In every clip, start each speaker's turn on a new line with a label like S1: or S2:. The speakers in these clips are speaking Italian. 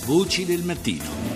S1: Voci del mattino.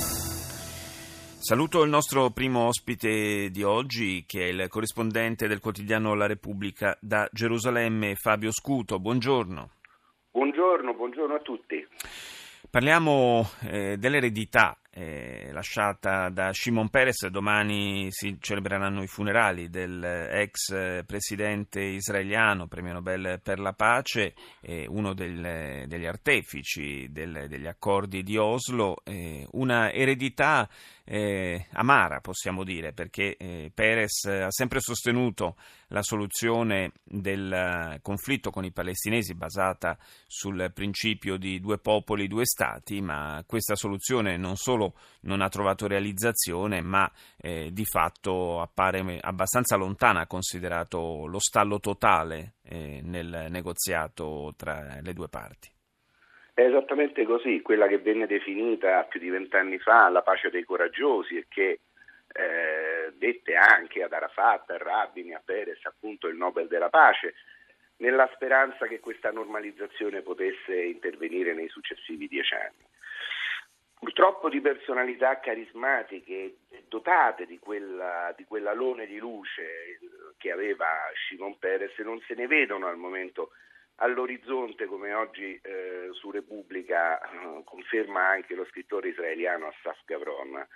S1: Saluto il nostro primo ospite di oggi, che è il corrispondente del quotidiano La Repubblica da Gerusalemme, Fabio Scuto. Buongiorno.
S2: Buongiorno a tutti.
S1: Parliamo dell'eredità lasciata da Shimon Peres. Domani si celebreranno i funerali dell'ex presidente israeliano, premio Nobel per la pace, uno degli artefici degli accordi di Oslo, una eredità amara, possiamo dire, perché Peres ha sempre sostenuto la soluzione del conflitto con i palestinesi basata sul principio di due popoli, due stati, ma questa soluzione non solo non ha trovato realizzazione, ma di fatto appare abbastanza lontana, considerato lo stallo totale nel negoziato tra le due parti.
S2: È esattamente così, quella che venne definita più di 20 anni fa la pace dei coraggiosi e che dette anche ad Arafat, a Rabin e a Peres appunto il Nobel della pace, nella speranza che questa normalizzazione potesse intervenire nei successivi 10 anni. Purtroppo di personalità carismatiche dotate di quell'alone di luce che aveva Shimon Peres non se ne vedono al momento all'orizzonte, come oggi su Repubblica conferma anche lo scrittore israeliano Assaf Gavron.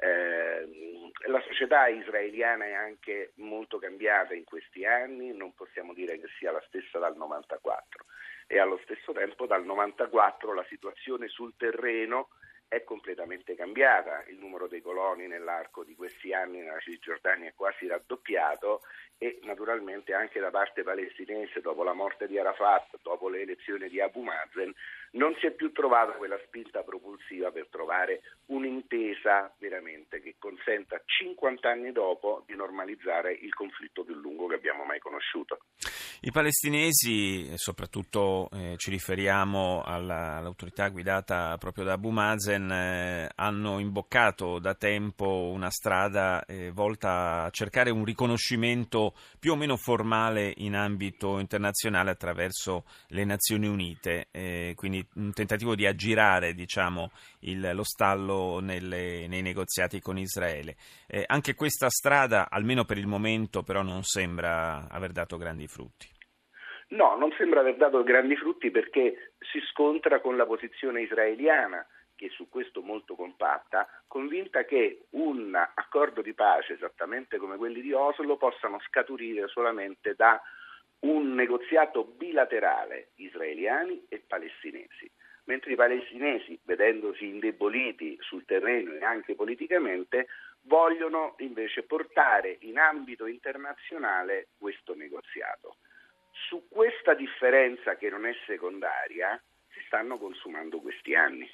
S2: La società israeliana è anche molto cambiata in questi anni, non possiamo dire che sia la stessa dal 94 e allo stesso tempo dal 94 la situazione sul terreno è completamente cambiata, il numero dei coloni nell'arco di questi anni nella Cisgiordania è quasi raddoppiato e naturalmente anche da parte palestinese, dopo la morte di Arafat, dopo le elezioni di Abu Mazen, non si è più trovata quella spinta propulsiva per trovare un'intesa veramente che consenta 50 anni dopo di normalizzare il conflitto più lungo che abbiamo mai conosciuto.
S1: I palestinesi, e soprattutto ci riferiamo all'autorità guidata proprio da Abu Mazen, hanno imboccato da tempo una strada volta a cercare un riconoscimento più o meno formale in ambito internazionale attraverso le Nazioni Unite, quindi un tentativo di aggirare, diciamo, lo stallo nei negoziati con Israele. Anche questa strada, almeno per il momento, però non sembra aver dato grandi frutti.
S2: No, non sembra aver dato grandi frutti perché si scontra con la posizione israeliana, che è su questo molto compatta, convinta che un accordo di pace, esattamente come quelli di Oslo, possano scaturire solamente da un negoziato bilaterale israeliani e palestinesi, mentre i palestinesi, vedendosi indeboliti sul terreno e anche politicamente, vogliono invece portare in ambito internazionale questo negoziato. Su questa differenza, che non è secondaria, si stanno consumando questi anni.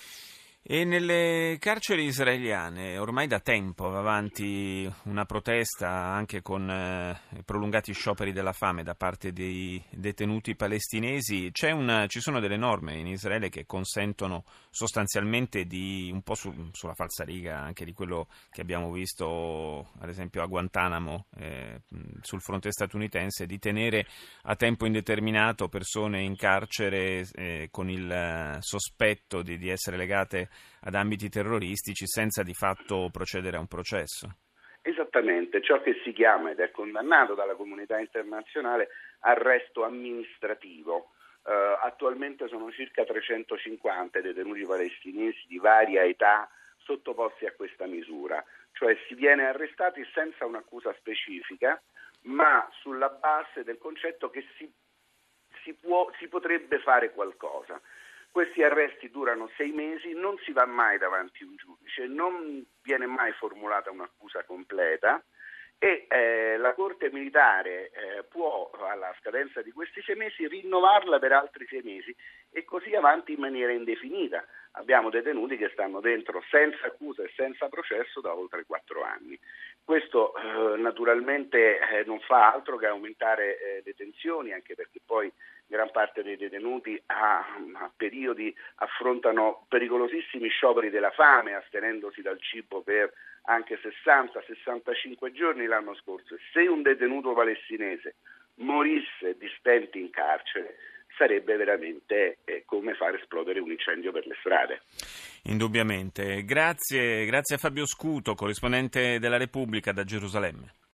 S1: E nelle carceri israeliane ormai da tempo va avanti una protesta anche con prolungati scioperi della fame da parte dei detenuti palestinesi. Ci sono delle norme in Israele che consentono sostanzialmente di un po' sulla falsariga anche di quello che abbiamo visto ad esempio a Guantanamo sul fronte statunitense, di tenere a tempo indeterminato persone in carcere con il sospetto di essere legate ad ambiti terroristici senza di fatto procedere a un processo.
S2: Esattamente, ciò che si chiama ed è condannato dalla comunità internazionale arresto amministrativo. Attualmente sono circa 350 detenuti palestinesi di varia età sottoposti a questa misura, cioè si viene arrestati senza un'accusa specifica, ma sulla base del concetto che si potrebbe fare qualcosa. Questi arresti durano 6 mesi, non si va mai davanti a un giudice, non viene mai formulata un'accusa completa e la Corte militare può, alla scadenza di questi 6 mesi, rinnovarla per altri 6 mesi e così avanti in maniera indefinita. Abbiamo detenuti che stanno dentro senza accusa e senza processo da oltre 4 anni. Questo naturalmente non fa altro che aumentare le tensioni, anche perché poi gran parte dei detenuti a periodi affrontano pericolosissimi scioperi della fame, astenendosi dal cibo per anche 60-65 giorni l'anno scorso. E se un detenuto palestinese morisse di stenti in carcere, sarebbe veramente come far esplodere un incendio per le strade.
S1: Indubbiamente. Grazie a Fabio Scuto, corrispondente della Repubblica da Gerusalemme.